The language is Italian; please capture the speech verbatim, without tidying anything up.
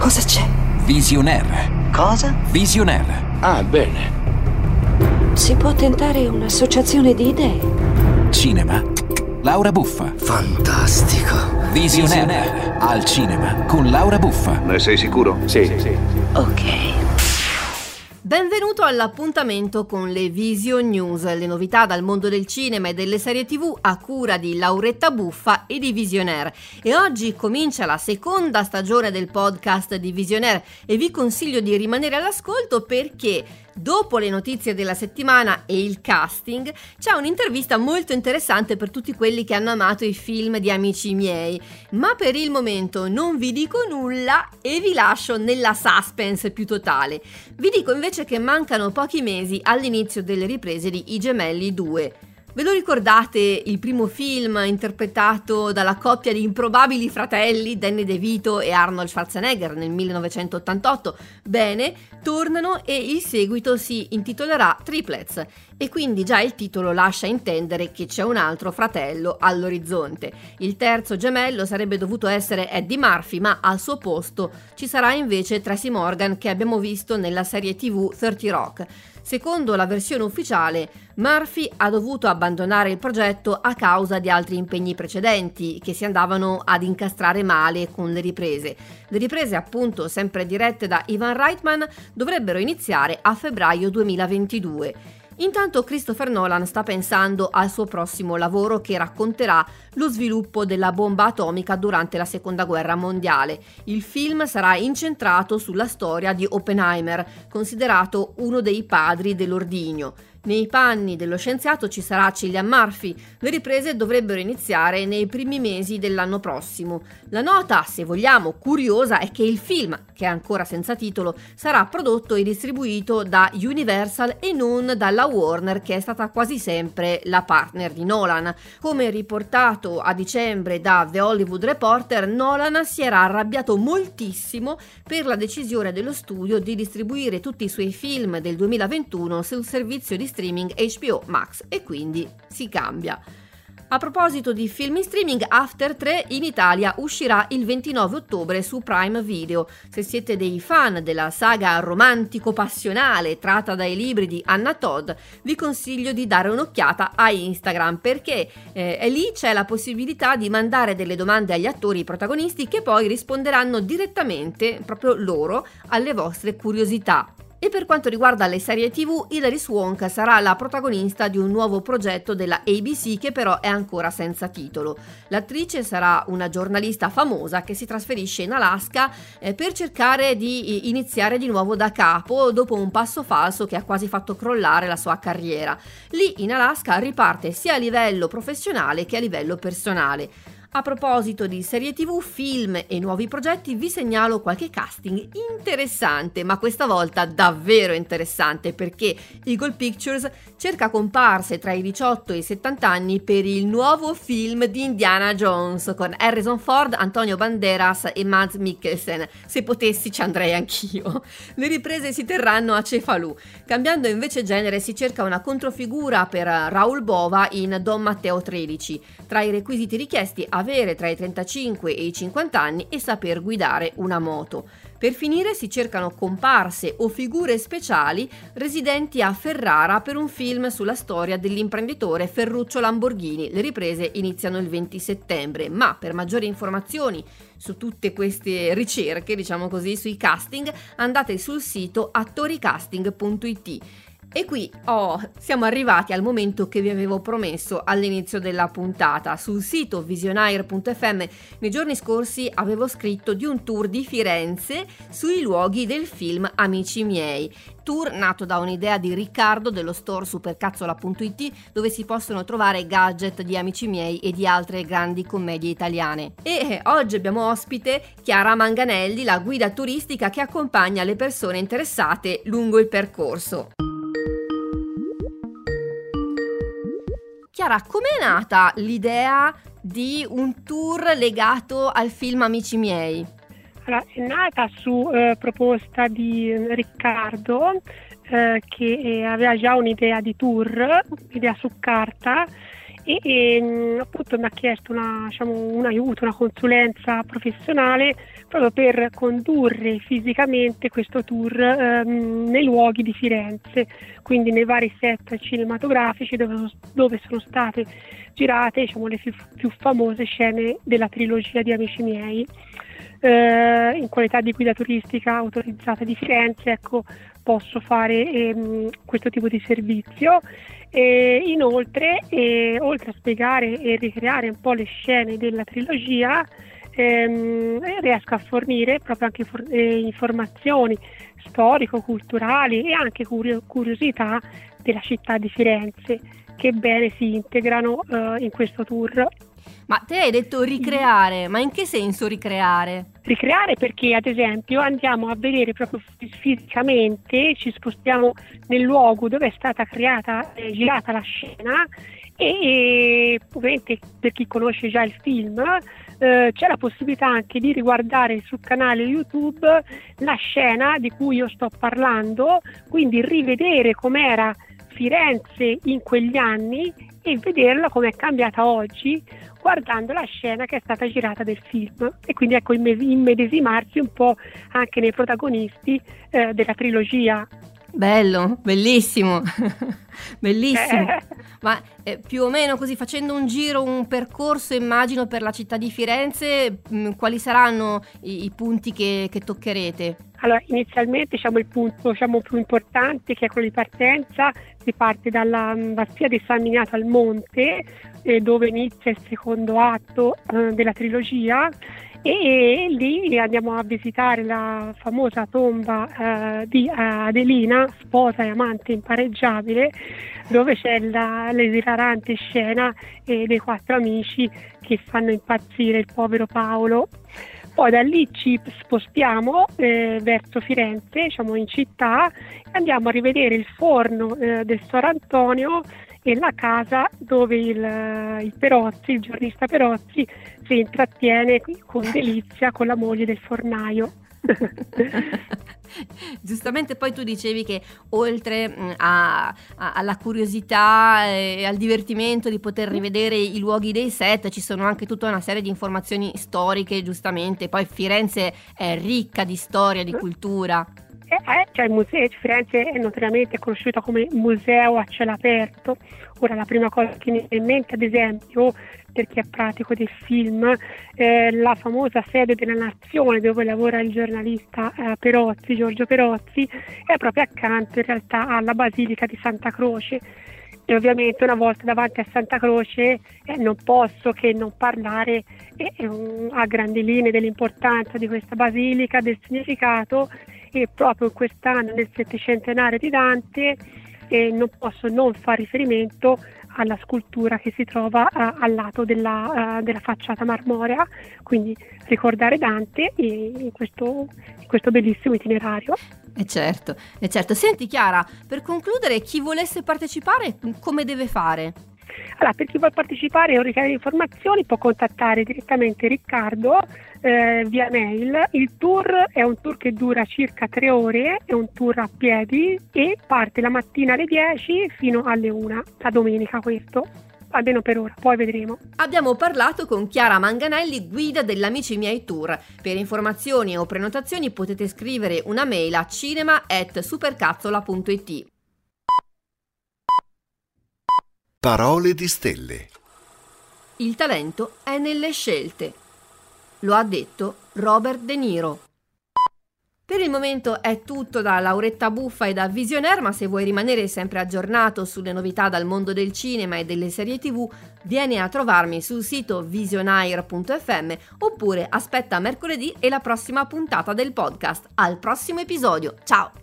Cosa c'è? Visionaire. Cosa? Visionaire. Ah, bene. Si può tentare un'associazione di idee. Cinema. Laura Buffa. Fantastico. Visionaire. Al cinema con Laura Buffa. Ne sei sicuro? Sì, sì, sì. Ok. Benvenuto all'appuntamento con le Vision News, le novità dal mondo del cinema e delle serie tv a cura di Lauretta Buffa e di Visionaire. E oggi comincia la seconda stagione del podcast di Visionaire e vi consiglio di rimanere all'ascolto perché dopo le notizie della settimana e il casting c'è un'intervista molto interessante per tutti quelli che hanno amato i film di Amici miei, ma per il momento non vi dico nulla e vi lascio nella suspense più totale. Vi dico invece che mancano pochi mesi all'inizio delle riprese di I Gemelli due. Ve lo ricordate il primo film interpretato dalla coppia di improbabili fratelli Danny DeVito e Arnold Schwarzenegger nel millenovecentottantotto? Bene, tornano e il seguito si intitolerà Triplets e quindi già il titolo lascia intendere che c'è un altro fratello all'orizzonte. Il terzo gemello sarebbe dovuto essere Eddie Murphy, ma al suo posto ci sarà invece Tracy Morgan che abbiamo visto nella serie tv thirty Rock. Secondo la versione ufficiale, Murphy ha dovuto abbandonare il progetto a causa di altri impegni precedenti che si andavano ad incastrare male con le riprese. Le riprese, appunto, sempre dirette da Ivan Reitman, dovrebbero iniziare a febbraio duemilaventidue. Intanto Christopher Nolan sta pensando al suo prossimo lavoro che racconterà lo sviluppo della bomba atomica durante la seconda guerra mondiale. Il film sarà incentrato sulla storia di Oppenheimer, considerato uno dei padri dell'ordigno. Nei panni dello scienziato ci sarà Cillian Murphy. Le riprese dovrebbero iniziare nei primi mesi dell'anno prossimo. La nota, se vogliamo, curiosa è che il film, che è ancora senza titolo, sarà prodotto e distribuito da Universal e non dalla Warner, che è stata quasi sempre la partner di Nolan. Come riportato a dicembre da The Hollywood Reporter, Nolan si era arrabbiato moltissimo per la decisione dello studio di distribuire tutti i suoi film del duemilaventuno sul servizio di streaming H B O Max e quindi si cambia. A proposito di film in streaming, After tre in Italia uscirà il ventinove ottobre su Prime Video. Se siete dei fan della saga romantico-passionale tratta dai libri di Anna Todd, vi consiglio di dare un'occhiata a Instagram perché eh, lì c'è la possibilità di mandare delle domande agli attori protagonisti che poi risponderanno direttamente, proprio loro, alle vostre curiosità. E per quanto riguarda le serie tv, Hilary Swank sarà la protagonista di un nuovo progetto della A B C che però è ancora senza titolo. L'attrice sarà una giornalista famosa che si trasferisce in Alaska eh, per cercare di iniziare di nuovo da capo dopo un passo falso che ha quasi fatto crollare la sua carriera. Lì in Alaska riparte sia a livello professionale che a livello personale. A proposito di serie tv, film e nuovi progetti, vi segnalo qualche casting interessante, ma questa volta davvero interessante perché Eagle Pictures cerca comparse tra i diciotto e i settanta anni per il nuovo film di Indiana Jones con Harrison Ford, Antonio Banderas e Mads Mikkelsen. Se potessi ci andrei anch'io. Le riprese si terranno a Cefalù. Cambiando invece genere si cerca una controfigura per Raoul Bova in Don Matteo tredici. Tra i requisiti richiesti avere tra i trentacinque e i cinquanta anni e saper guidare una moto. Per finire si cercano comparse o figure speciali residenti a Ferrara per un film sulla storia dell'imprenditore Ferruccio Lamborghini. Le riprese iniziano il venti settembre, ma per maggiori informazioni su tutte queste ricerche, diciamo così, sui casting, andate sul sito attoricasting punto it. E qui oh, siamo arrivati al momento che vi avevo promesso all'inizio della puntata. Sul sito visionaire punto effe emme nei giorni scorsi avevo scritto di un tour di Firenze sui luoghi del film Amici miei. Tour nato da un'idea di Riccardo dello store supercazzola punto it dove si possono trovare gadget di Amici miei e di altre grandi commedie italiane. E eh, oggi abbiamo ospite Chiara Manganelli, la guida turistica che accompagna le persone interessate lungo il percorso. Chiara, com'è nata l'idea di un tour legato al film Amici miei? Allora, è nata su eh, proposta di Riccardo eh, che aveva già un'idea di tour, un'idea su carta e, e appunto mi ha chiesto una, diciamo, un aiuto, una consulenza professionale proprio per condurre fisicamente questo tour ehm, nei luoghi di Firenze, quindi nei vari set cinematografici dove, dove sono state girate, diciamo, le più, più famose scene della trilogia di Amici miei. Eh, in qualità di guida turistica autorizzata di Firenze, ecco, posso fare ehm, questo tipo di servizio. E inoltre, eh, oltre a spiegare e ricreare un po' le scene della trilogia, ehm, riesco a fornire proprio anche for- eh, informazioni storico-culturali e anche curio- curiosità della città di Firenze, che bene si integrano eh, in questo tour. Ma te hai detto ricreare, ma in che senso ricreare? Ricreare perché, ad esempio, andiamo a vedere proprio fisicamente, ci spostiamo nel luogo dove è stata creata, eh, girata la scena, e, e ovviamente per chi conosce già il film eh, c'è la possibilità anche di riguardare sul canale YouTube la scena di cui io sto parlando, quindi rivedere com'era Firenze in quegli anni e vederla come è cambiata oggi guardando la scena che è stata girata del film, e quindi ecco immedesimarsi un po' anche nei protagonisti eh, della trilogia. Bello, bellissimo, bellissimo. Eh. Ma eh, più o meno così, facendo un giro, un percorso, immagino, per la città di Firenze, mh, quali saranno i, i punti che, che toccherete? Allora, inizialmente diciamo, il punto diciamo, più importante, che è quello di partenza, si parte dalla Bastia di San Miniato al Monte, eh, dove inizia il secondo atto eh, della trilogia, e, e lì andiamo a visitare la famosa tomba eh, di Adelina, sposa e amante impareggiabile, dove c'è la, l'esilarante scena eh, dei quattro amici che fanno impazzire il povero Paolo. Poi da lì ci spostiamo eh, verso Firenze, diciamo in città, e andiamo a rivedere il forno eh, del Sor Antonio e la casa dove il, il Perozzi, il giornalista Perozzi, si intrattiene con delizia con la moglie del fornaio. Giustamente poi tu dicevi che oltre a, a, alla curiosità e al divertimento di poter rivedere i luoghi dei set, ci sono anche tutta una serie di informazioni storiche, giustamente. Poi Firenze è ricca di storia, di cultura. Eh, eh, cioè il museo di Firenze è notoriamente conosciuta come museo a cielo aperto. Ora la prima cosa che mi viene in mente, ad esempio, per chi è pratico del film, eh, la famosa sede della Nazione dove lavora il giornalista eh, Perozzi, Giorgio Perozzi, è proprio accanto in realtà alla Basilica di Santa Croce. E ovviamente una volta davanti a Santa Croce eh, non posso che non parlare eh, a grandi linee dell'importanza di questa basilica, del significato, e proprio quest'anno nel settecentenario di Dante eh, non posso non fare riferimento alla scultura che si trova uh, al lato della, uh, della facciata marmorea, quindi ricordare Dante in questo, in questo bellissimo itinerario. E certo, e certo. Senti Chiara, per concludere, chi volesse partecipare come deve fare? Allora, per chi vuole partecipare o richiedere informazioni può contattare direttamente Riccardo eh, via mail. Il tour è un tour che dura circa tre ore, è un tour a piedi e parte la mattina alle dieci fino alle una, la domenica questo, almeno per ora, poi vedremo. Abbiamo parlato con Chiara Manganelli, guida dell'Amici miei tour. Per informazioni o prenotazioni potete scrivere una mail a cinema at supercazzola punto it. Parole di stelle. Il talento è nelle scelte. Lo ha detto Robert De Niro. Per il momento è tutto da Lauretta Buffa e da Visionaire, ma se vuoi rimanere sempre aggiornato sulle novità dal mondo del cinema e delle serie tivù, vieni a trovarmi sul sito visionaire punto effe emme oppure aspetta mercoledì e la prossima puntata del podcast. Al prossimo episodio. Ciao!